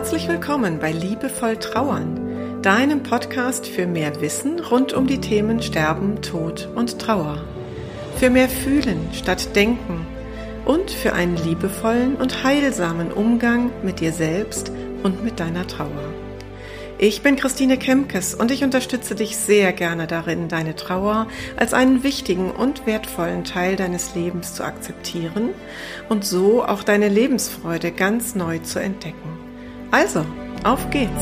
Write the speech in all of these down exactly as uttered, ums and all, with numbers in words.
Herzlich willkommen bei Liebevoll Trauern, deinem Podcast für mehr Wissen rund um die Themen Sterben, Tod und Trauer. Für mehr Fühlen statt Denken und für einen liebevollen und heilsamen Umgang mit dir selbst und mit deiner Trauer. Ich bin Christine Kemkes und ich unterstütze dich sehr gerne darin, deine Trauer als einen wichtigen und wertvollen Teil deines Lebens zu akzeptieren und so auch deine Lebensfreude ganz neu zu entdecken. Also, auf geht's!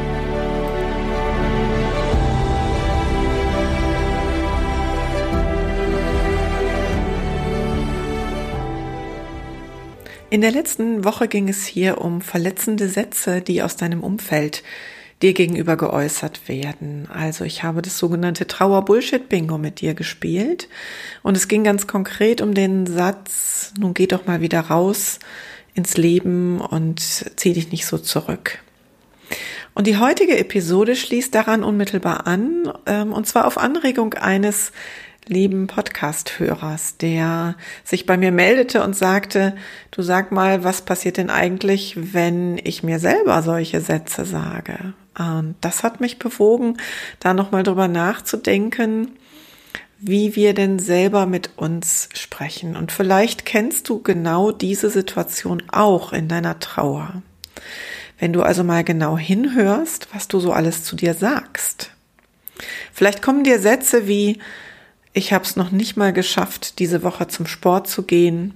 In der letzten Woche ging es hier um verletzende Sätze, die aus deinem Umfeld dir gegenüber geäußert werden. Also ich habe das sogenannte Trauer-Bullshit-Bingo mit dir gespielt und es ging ganz konkret um den Satz, nun geh doch mal wieder raus ins Leben und zieh dich nicht so zurück. Und die heutige Episode schließt daran unmittelbar an, und zwar auf Anregung eines lieben Podcast-Hörers, der sich bei mir meldete und sagte, du sag mal, was passiert denn eigentlich, wenn ich mir selber solche Sätze sage? Und das hat mich bewogen, da nochmal drüber nachzudenken, wie wir denn selber mit uns sprechen. Und vielleicht kennst du genau diese Situation auch in deiner Trauer. Wenn du also mal genau hinhörst, was du so alles zu dir sagst. Vielleicht kommen dir Sätze wie, ich habe es noch nicht mal geschafft, diese Woche zum Sport zu gehen.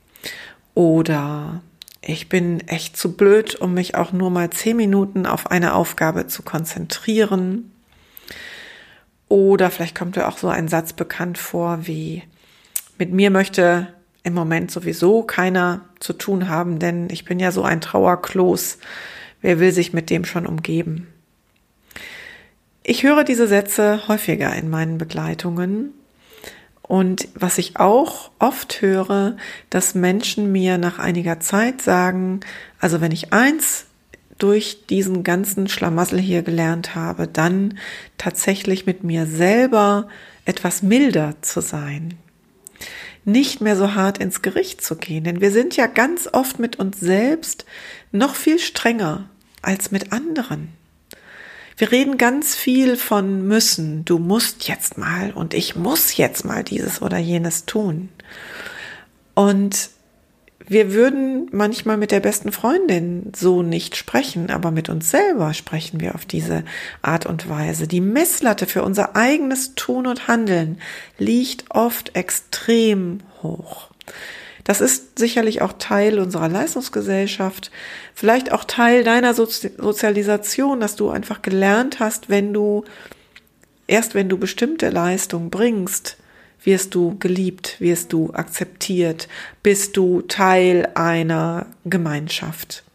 Oder ich bin echt zu blöd, um mich auch nur mal zehn Minuten auf eine Aufgabe zu konzentrieren. Oder vielleicht kommt dir auch so ein Satz bekannt vor wie, mit mir möchte im Moment sowieso keiner zu tun haben, denn ich bin ja so ein Trauerkloß. Wer will sich mit dem schon umgeben? Ich höre diese Sätze häufiger in meinen Begleitungen. Und was ich auch oft höre, dass Menschen mir nach einiger Zeit sagen, also wenn ich eins durch diesen ganzen Schlamassel hier gelernt habe, dann tatsächlich mit mir selber etwas milder zu sein. Nicht mehr so hart ins Gericht zu gehen, denn wir sind ja ganz oft mit uns selbst noch viel strenger als mit anderen. Wir reden ganz viel von müssen, du musst jetzt mal und ich muss jetzt mal dieses oder jenes tun. Und wir würden manchmal mit der besten Freundin so nicht sprechen, aber mit uns selber sprechen wir auf diese Art und Weise. Die Messlatte für unser eigenes Tun und Handeln liegt oft extrem hoch. Das ist sicherlich auch Teil unserer Leistungsgesellschaft, vielleicht auch Teil deiner Sozi- Sozialisation, dass du einfach gelernt hast, wenn du, erst wenn du bestimmte Leistung bringst, wirst du geliebt, wirst du akzeptiert, bist du Teil einer Gemeinschaft.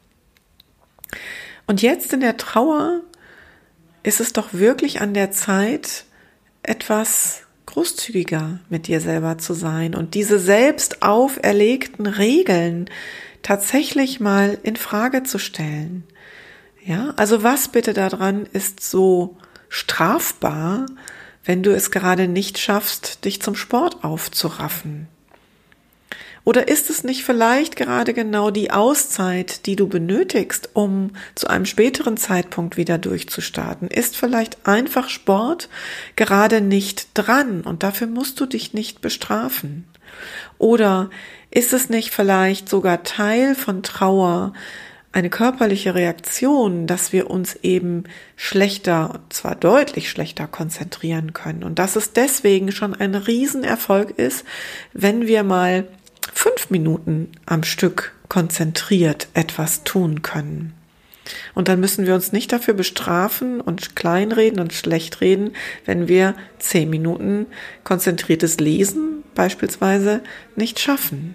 Und jetzt in der Trauer ist es doch wirklich an der Zeit, etwas großzügiger mit dir selber zu sein und diese selbst auferlegten Regeln tatsächlich mal in Frage zu stellen. Ja, also was bitte daran ist so strafbar, wenn du es gerade nicht schaffst, dich zum Sport aufzuraffen? Oder ist es nicht vielleicht gerade genau die Auszeit, die du benötigst, um zu einem späteren Zeitpunkt wieder durchzustarten? Ist vielleicht einfach Sport gerade nicht dran und dafür musst du dich nicht bestrafen? Oder ist es nicht vielleicht sogar Teil von Trauer, eine körperliche Reaktion, dass wir uns eben schlechter, und zwar deutlich schlechter konzentrieren können und dass es deswegen schon ein Riesenerfolg ist, wenn wir mal fünf Minuten am Stück konzentriert etwas tun können. Und dann müssen wir uns nicht dafür bestrafen und kleinreden und schlecht reden, wenn wir zehn Minuten konzentriertes Lesen beispielsweise nicht schaffen.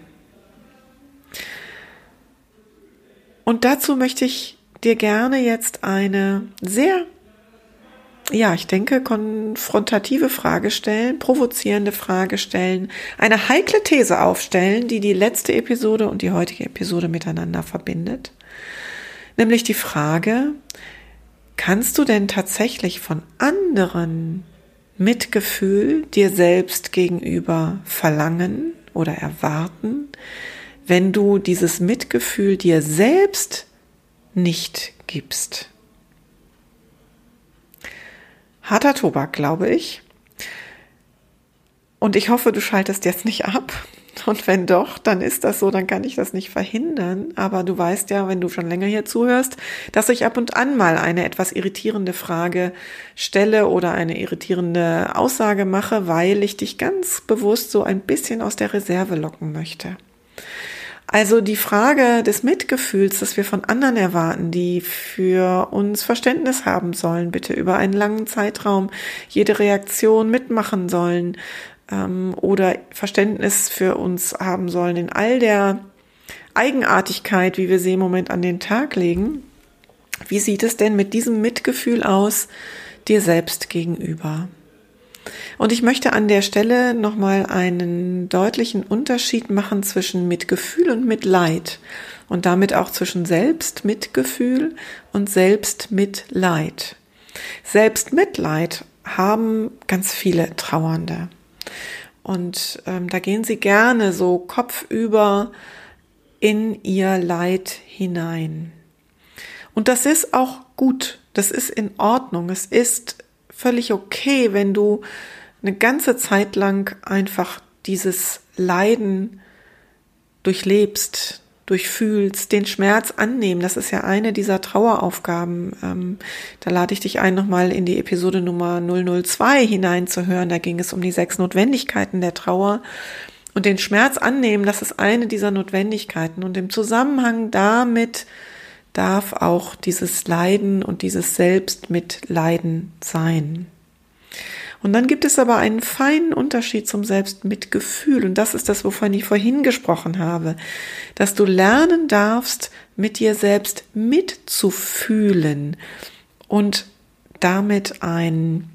Und dazu möchte ich dir gerne jetzt eine sehr, ja, ich denke, konfrontative Frage stellen, provozierende Frage stellen, eine heikle These aufstellen, die die letzte Episode und die heutige Episode miteinander verbindet. Nämlich die Frage, kannst du denn tatsächlich von anderen Mitgefühl dir selbst gegenüber verlangen oder erwarten, wenn du dieses Mitgefühl dir selbst nicht gibst. Harter Tobak, glaube ich. Und ich hoffe, du schaltest jetzt nicht ab. Und wenn doch, dann ist das so, dann kann ich das nicht verhindern. Aber du weißt ja, wenn du schon länger hier zuhörst, dass ich ab und an mal eine etwas irritierende Frage stelle oder eine irritierende Aussage mache, weil ich dich ganz bewusst so ein bisschen aus der Reserve locken möchte. Also die Frage des Mitgefühls, das wir von anderen erwarten, die für uns Verständnis haben sollen, bitte über einen langen Zeitraum jede Reaktion mitmachen sollen, oder Verständnis für uns haben sollen in all der Eigenartigkeit, wie wir sie im Moment an den Tag legen. Wie sieht es denn mit diesem Mitgefühl aus dir selbst gegenüber? Und ich möchte an der Stelle nochmal einen deutlichen Unterschied machen zwischen Mitgefühl und Mitleid und damit auch zwischen Selbstmitgefühl und Selbstmitleid. Selbstmitleid haben ganz viele Trauernde. Und ähm, da gehen sie gerne so kopfüber in ihr Leid hinein. Und das ist auch gut, das ist in Ordnung. Es ist völlig okay, wenn du eine ganze Zeit lang einfach dieses Leiden durchlebst, durchfühlst, den Schmerz annehmen. Das ist ja eine dieser Traueraufgaben. Ähm, da lade ich dich ein, nochmal in die Episode Nummer null null zwei hineinzuhören. Da ging es um die sechs Notwendigkeiten der Trauer. Und den Schmerz annehmen, das ist eine dieser Notwendigkeiten. Und im Zusammenhang damit darf auch dieses Leiden und dieses Selbstmitleiden sein. Und dann gibt es aber einen feinen Unterschied zum Selbstmitgefühl. Und das ist das, wovon ich vorhin gesprochen habe. Dass du lernen darfst, mit dir selbst mitzufühlen und damit ein,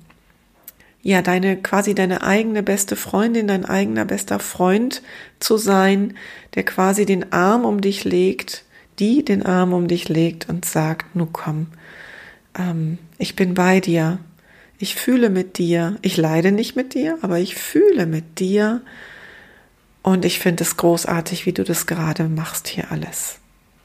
ja, deine, quasi deine eigene beste Freundin, dein eigener bester Freund zu sein, der quasi den Arm um dich legt, die den Arm um dich legt und sagt, nu komm, ähm, ich bin bei dir. Ich fühle mit dir, ich leide nicht mit dir, aber ich fühle mit dir und ich finde es großartig, wie du das gerade machst hier alles.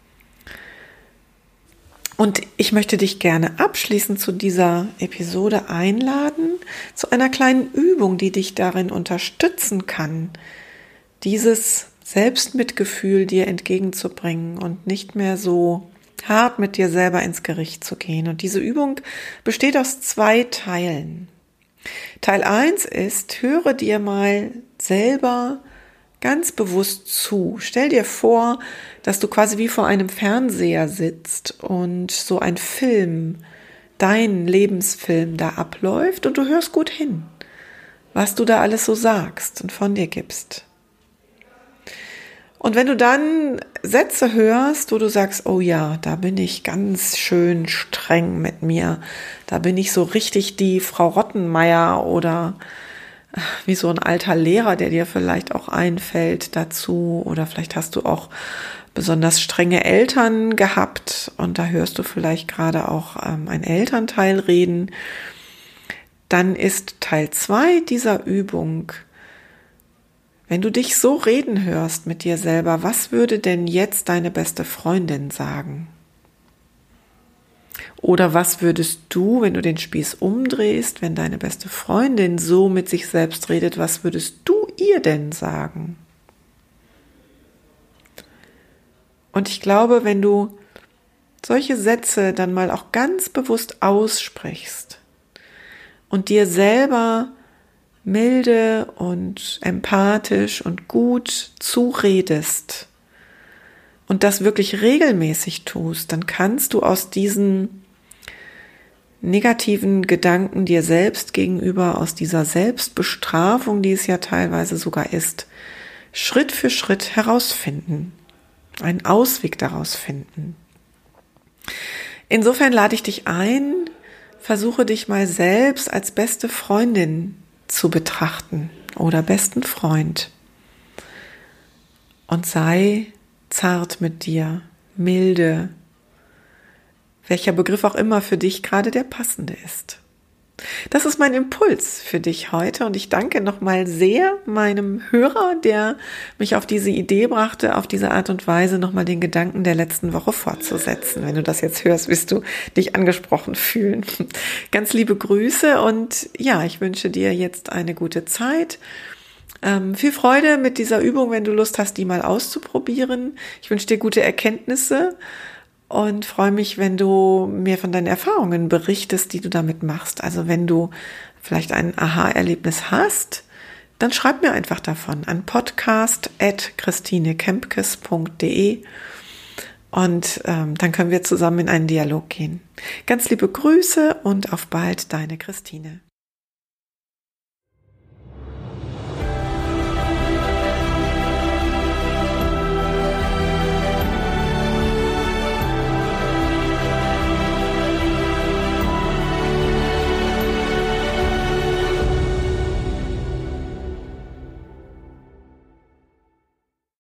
Und ich möchte dich gerne abschließend zu dieser Episode einladen, zu einer kleinen Übung, die dich darin unterstützen kann, dieses Selbstmitgefühl dir entgegenzubringen und nicht mehr so hart mit dir selber ins Gericht zu gehen. Und diese Übung besteht aus zwei Teilen. Teil eins ist, höre dir mal selber ganz bewusst zu. Stell dir vor, dass du quasi wie vor einem Fernseher sitzt und so ein Film, dein Lebensfilm da abläuft und du hörst gut hin, was du da alles so sagst und von dir gibst. Und wenn du dann Sätze hörst, wo du sagst, oh ja, da bin ich ganz schön streng mit mir, da bin ich so richtig die Frau Rottenmeier oder wie so ein alter Lehrer, der dir vielleicht auch einfällt dazu, oder vielleicht hast du auch besonders strenge Eltern gehabt und da hörst du vielleicht gerade auch ähm, ein Elternteil reden, dann ist Teil zwei dieser Übung: Wenn du dich so reden hörst mit dir selber, was würde denn jetzt deine beste Freundin sagen? Oder was würdest du, wenn du den Spieß umdrehst, wenn deine beste Freundin so mit sich selbst redet, was würdest du ihr denn sagen? Und ich glaube, wenn du solche Sätze dann mal auch ganz bewusst aussprichst und dir selber milde und empathisch und gut zuredest und das wirklich regelmäßig tust, dann kannst du aus diesen negativen Gedanken dir selbst gegenüber, aus dieser Selbstbestrafung, die es ja teilweise sogar ist, Schritt für Schritt herausfinden, einen Ausweg daraus finden. Insofern lade ich dich ein, versuche dich mal selbst als beste Freundin zu betrachten oder besten Freund und sei zart mit dir, milde, welcher Begriff auch immer für dich gerade der passende ist. Das ist mein Impuls für dich heute und ich danke nochmal sehr meinem Hörer, der mich auf diese Idee brachte, auf diese Art und Weise nochmal den Gedanken der letzten Woche fortzusetzen. Wenn du das jetzt hörst, wirst du dich angesprochen fühlen. Ganz liebe Grüße und ja, ich wünsche dir jetzt eine gute Zeit. Ähm, viel Freude mit dieser Übung, wenn du Lust hast, die mal auszuprobieren. Ich wünsche dir gute Erkenntnisse. Und freue mich, wenn du mir von deinen Erfahrungen berichtest, die du damit machst. Also wenn du vielleicht ein Aha-Erlebnis hast, dann schreib mir einfach davon an podcast at christinekempkes punkt de und ähm, dann können wir zusammen in einen Dialog gehen. Ganz liebe Grüße und auf bald, deine Christine.